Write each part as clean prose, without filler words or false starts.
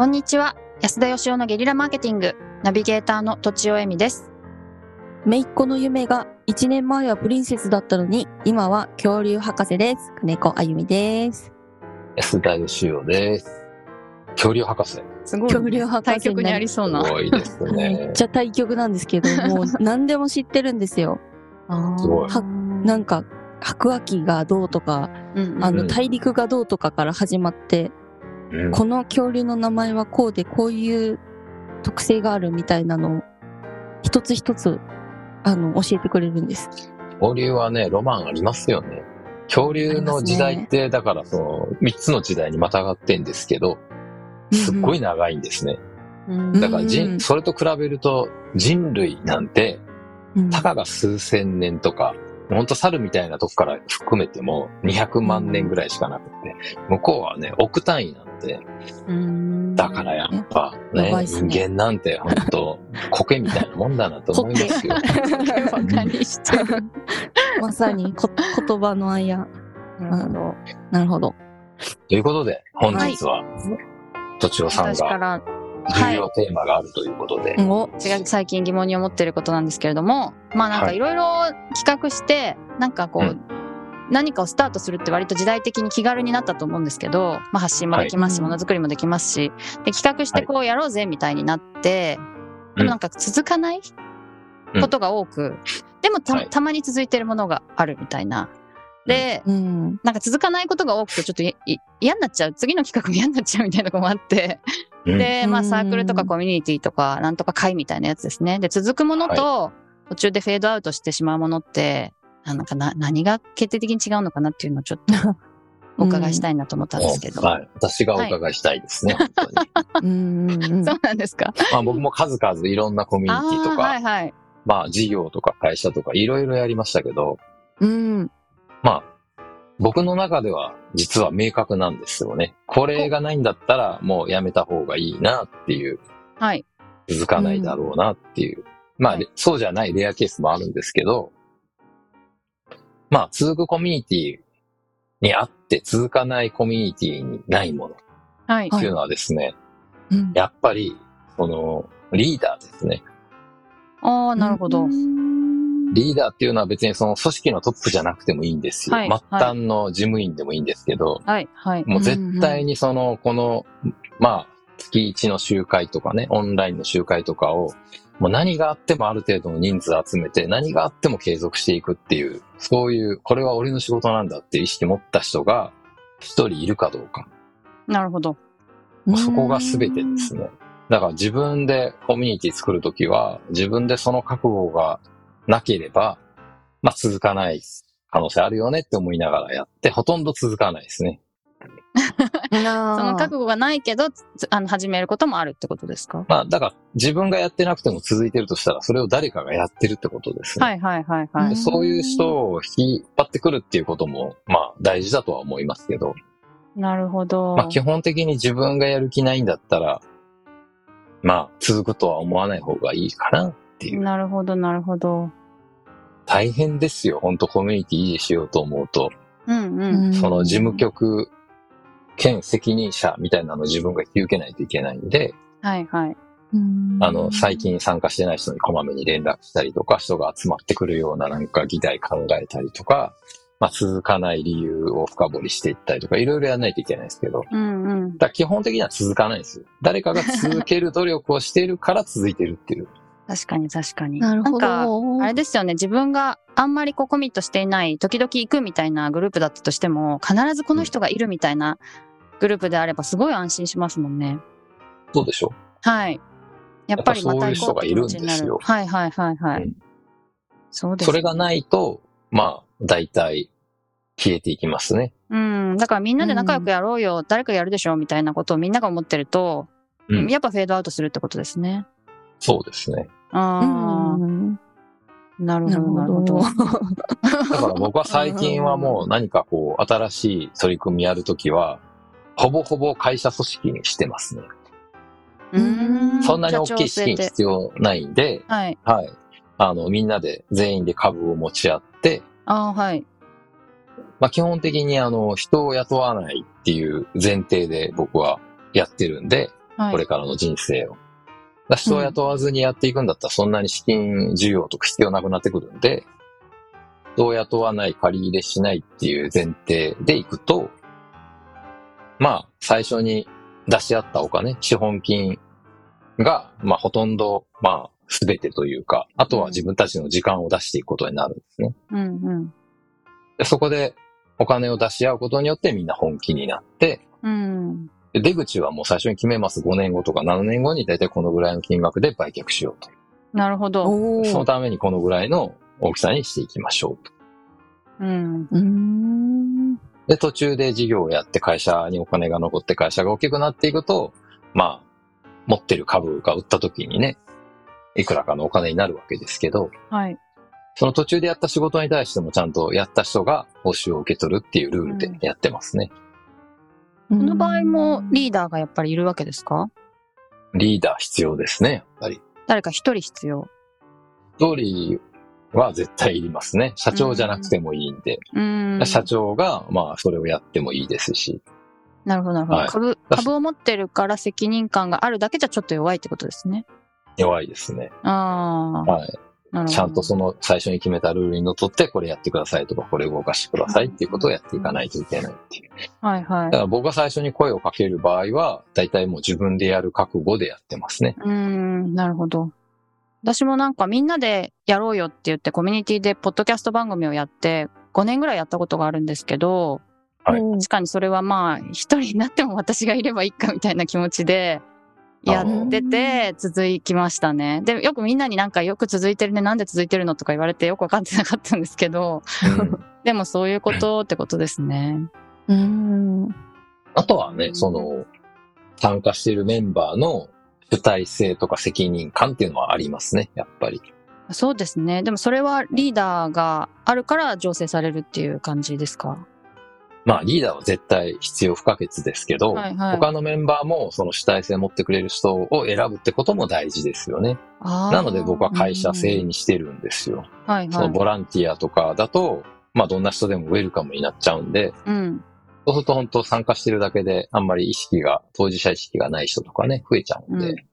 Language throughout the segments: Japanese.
こんにちは。安田義雄のゲリラマーケティングナビゲーターのとちおえみです。 姪っ子の夢が1年前はプリンセスだったのに今は恐竜博士です。金子あゆみです。 安田義雄です。恐竜博士。 すごい。 恐竜博士対局にありそうな。 すごいですね。 めっちゃ対局なんですけど、もう何でも知ってるんですよ。 すごい。 なんか白亜紀がどうとか、大陸がどうとかから始まって、この恐竜の名前はこうでこういう特性があるみたいなのを一つ一つ教えてくれるんです。 恐竜はね、ロマンありますよね。恐竜の時代って、だからその3つの時代にまたがってんですけど、すっごい長いんですね。だからそれと比べると人類なんて、たかが数千年とか、ほんと猿みたいなとこから含めても200万年ぐらいしかなくて、向こうはね、億単位なんで、だからやっぱね、人間なんてほんと苔みたいなもんだなと思いますよ。 バカにしてる。 まさに言葉のあや。なるほど。 ということで、本日は、とちおさんが重要テーマがあるということで。 最近疑問に思ってることなんですけれども、まあなんかいろいろ企画して、なんかこう、何かをスタートするって割と時代的に気軽になったと思うんですけど、まあ発信もできますし、ものづくりもできますし、で企画してこうやろうぜみたいになって、でもなんか続かないことが多く、でもたまに続いてるものがあるみたいな。で、なんか続かないことが多くてちょっと嫌になっちゃう、次の企画も嫌になっちゃうみたいなとこもあって、で、まあサークルとかコミュニティとかなんとか会みたいなやつですね。で、続くものと途中でフェードアウトしてしまうものって、なんか何が決定的に違うのかなっていうのをちょっとお伺いしたいなと思ったんですけど。 はい。私がお伺いしたいですね。 そうなんですか。 まあ僕も数々いろんなコミュニティとか、まあ事業とか会社とかいろいろやりましたけど、まあ僕の中では実は明確なんですよね。これがないんだったらもうやめた方がいいなっていう。続かないだろうなっていう。まあ、そうじゃないレアケースもあるんですけど、まあ続くコミュニティにあって続かないコミュニティにないものっていうのはですね、やっぱりそのリーダーですね。 ああ、なるほど。 リーダーっていうのは別にその組織のトップじゃなくてもいいんですよ。末端の事務員でもいいんですけど、もう絶対にこの、まあ、月1の集会とかね、オンラインの集会とかを、もう何があってもある程度の人数集めて、何があっても継続していくっていう、そういう、これは俺の仕事なんだっていう意識持った人が一人いるかどうか。 なるほど。 そこが全てですね。だから自分でコミュニティ作るときは、自分でその覚悟がなければ、まあ続かない可能性あるよねって思いながらやって、ほとんど続かないですね。 その覚悟がないけど、始めることもあるってことですか？ まあ、だから自分がやってなくても続いてるとしたら、それを誰かがやってるってことですね。そういう人を引っ張ってくるっていうことも、まあ大事だとは思いますけど。 なるほど。 まあ基本的に自分がやる気ないんだったら、まあ続くとは思わない方がいいかなっていう。 なるほど、なるほど。 大変ですよ、本当コミュニティ維持しようと思うと。その事務局兼責任者みたいなのを自分が引き受けないといけないんで、最近参加してない人にこまめに連絡したりとか、人が集まってくるようななんか議題考えたりとか、まあ続かない理由を深掘りしていったりとか、いろいろやらないといけないですけど、だから基本的には続かないんですよ。誰かが続ける努力をしているから続いてるっていう。 確かに確かに。 なるほど。 なんか、あれですよね、自分があんまりコミットしていない、時々行くみたいなグループだったとしても、必ずこの人がいるみたいなグループであればすごい安心しますもんね。 そうでしょ？ はい。やっぱりまたそういう人がいるんですよ。 そうです。 それがないと、まあ、大体消えていきますね。 だからみんなで仲良くやろうよ、誰かやるでしょみたいなことをみんなが思ってると、やっぱフェードアウトするってことですね。 そうですね。 なるほど、なるほど。 だから僕は最近はもう何かこう、新しい取り組みやるときは、ほぼほぼ会社組織にしてますね。そんなに大きい資金必要ないんで、みんなで全員で株を持ち合って、まあ基本的に人を雇わないっていう前提で僕はやってるんで、 これからの人生を。人を雇わずにやっていくんだったらそんなに資金需要とか必要なくなってくるんで、人を雇わない、借り入れしないっていう前提でいくと、最初に出し合ったお金、資本金が、ほとんど、すべてというか、あとは自分たちの時間を出していくことになるんですね。でそこでお金を出し合うことによってみんな本気になって、で出口はもう最初に決めます。5年後とか7年後にだいたいこのぐらいの金額で売却しようと。 なるほど。 そのためにこのぐらいの大きさにしていきましょうと。で、途中で事業をやって会社にお金が残って会社が大きくなっていくと、持ってる株が売った時にね、いくらかのお金になるわけですけど、その途中でやった仕事に対してもちゃんとやった人が報酬を受け取るっていうルールでやってますね。 この場合もリーダーがやっぱりいるわけですか？ リーダー必要ですね、やっぱり。 誰か一人必要？ 一人は絶対いりますね。社長じゃなくてもいいんで。社長が、それをやってもいいですし。 なるほど、なるほど。株を持ってるから責任感があるだけじゃちょっと弱いってことですね。 弱いですね。ちゃんとその最初に決めたルールにのっとってこれやってくださいとかこれ動かしてくださいっていうことをやっていかないといけないっていう。だから僕が最初に声をかける場合は大体もう自分でやる覚悟でやってますね。 なるほど。私もなんかみんなでやろうよって言ってコミュニティでポッドキャスト番組をやって5年ぐらいやったことがあるんですけど、確かにそれは一人になっても私がいればいいかみたいな気持ちでやってて続きましたね。で、よくみんなになんかよく続いてるね、なんで続いてるのとか言われてよくわかってなかったんですけど、でもそういうことってことですね。 あとはね、参加しているメンバーの主体性とか責任感っていうのはありますね、やっぱり。 そうですね。でもそれはリーダーがあるから醸成されるっていう感じですか？ リーダーは絶対必要不可欠ですけど、他のメンバーもその主体性を持ってくれる人を選ぶってことも大事ですよね。なので僕は会社制にしてるんですよ。そのボランティアとかだと、どんな人でもウェルカムになっちゃうんで、そうすると本当参加してるだけであんまり当事者意識がない人とかね、増えちゃうんで。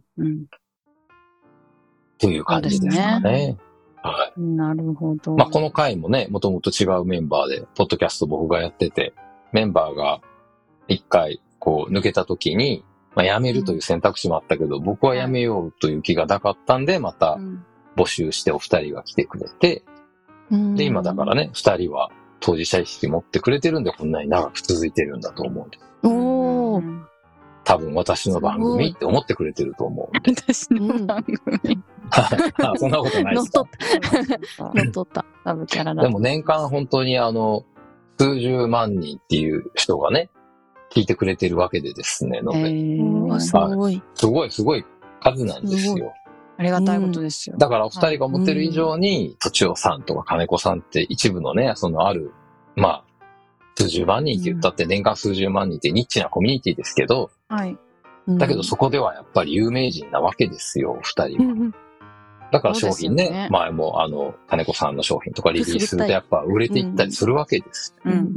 という感じですかね。 なるほど。 この回もね、もともと違うメンバーで、ポッドキャスト僕がやってて、メンバーが一回抜けた時に、辞めるという選択肢もあったけど、僕は辞めようという気がなかったんで、また募集してお二人が来てくれて、で、今だからね、二人は当事者意識持ってくれてるんで、こんなに長く続いてるんだと思うんです。多分私の番組って思ってくれてると思う。 私の番組。 そんなことないですか。 乗っ取った。 サブキャラだ。 でも年間本当に数十万人っていう人がね、聞いてくれてるわけでですね、 すごい。 すごい数なんですよ。 ありがたいことですよ。 だからお二人が思ってる以上に、とちおさんとか金子さんって一部のね、ある、数十万人って言ったって年間数十万人ってニッチなコミュニティですけど、だけどそこではやっぱり有名人なわけですよ、二人は。だから商品ね、前も金子さんの商品とかリリースするとやっぱ売れていったりするわけです。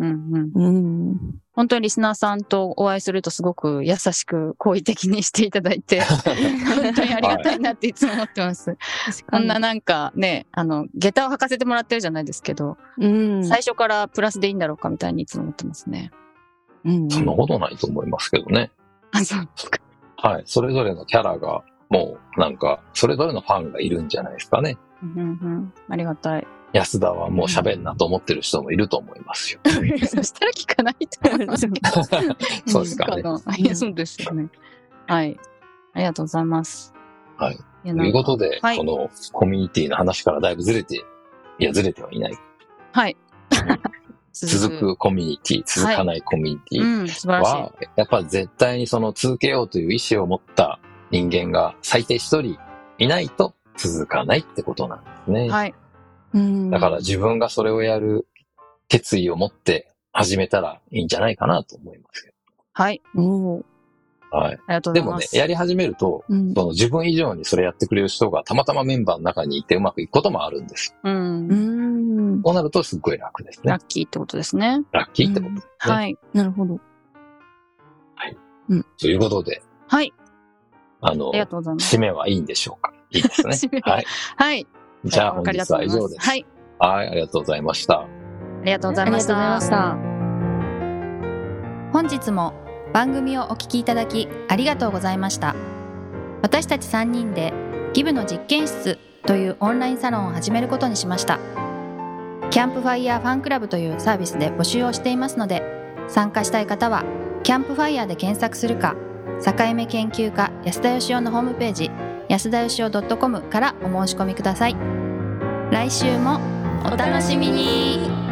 本当にリスナーさんとお会いするとすごく優しく好意的にしていただいて、本当にありがたいなっていつも思ってます。こんななんかね、下駄を履かせてもらってるじゃないですけど、最初からプラスでいいんだろうかみたいにいつも思ってますね。 そんなことないと思いますけどね。 そうですか。 はい。それぞれのキャラが、もうなんか、それぞれのファンがいるんじゃないですかね。 ありがたい。 安田はもう喋んなと思ってる人もいると思いますよ。 そしたら聞かないと思いますけど。 そうですかね。 そうですよね。はい。ありがとうございます。 はい。ということで、このコミュニティの話からだいぶずれてはいない。 はい。 続くコミュニティ、続かないコミュニティは、やっぱり絶対に続けようという意思を持った人間が最低一人いないと続かないってことなんですね。 はい。 だから自分がそれをやる決意を持って始めたらいいんじゃないかなと思いますけど。 はい。 はい。 ありがとうございます。 でもね、やり始めると、自分以上にそれやってくれる人がたまたまメンバーの中にいてうまくいくこともあるんです。そうなるとすっごい楽ですね。 ラッキーってことですね。 ラッキーってことですね。 はい。 なるほど。 はい。ということで、 はい。 ありがとうございます。締めはいいんでしょうか？いいですね。はい。 はい。 じゃあ本日は以上です。はい。はい、ありがとうございました。 ありがとうございました。本日も番組をお聞きいただきありがとうございました。私たち3人でギブの実験室というオンラインサロンを始めることにしました。キャンプファイヤーファンクラブというサービスで募集をしていますので、参加したい方はキャンプファイヤーで検索するか、境目研究家安田義雄のホームページ安田義雄 .com からお申し込みください。来週もお楽しみに。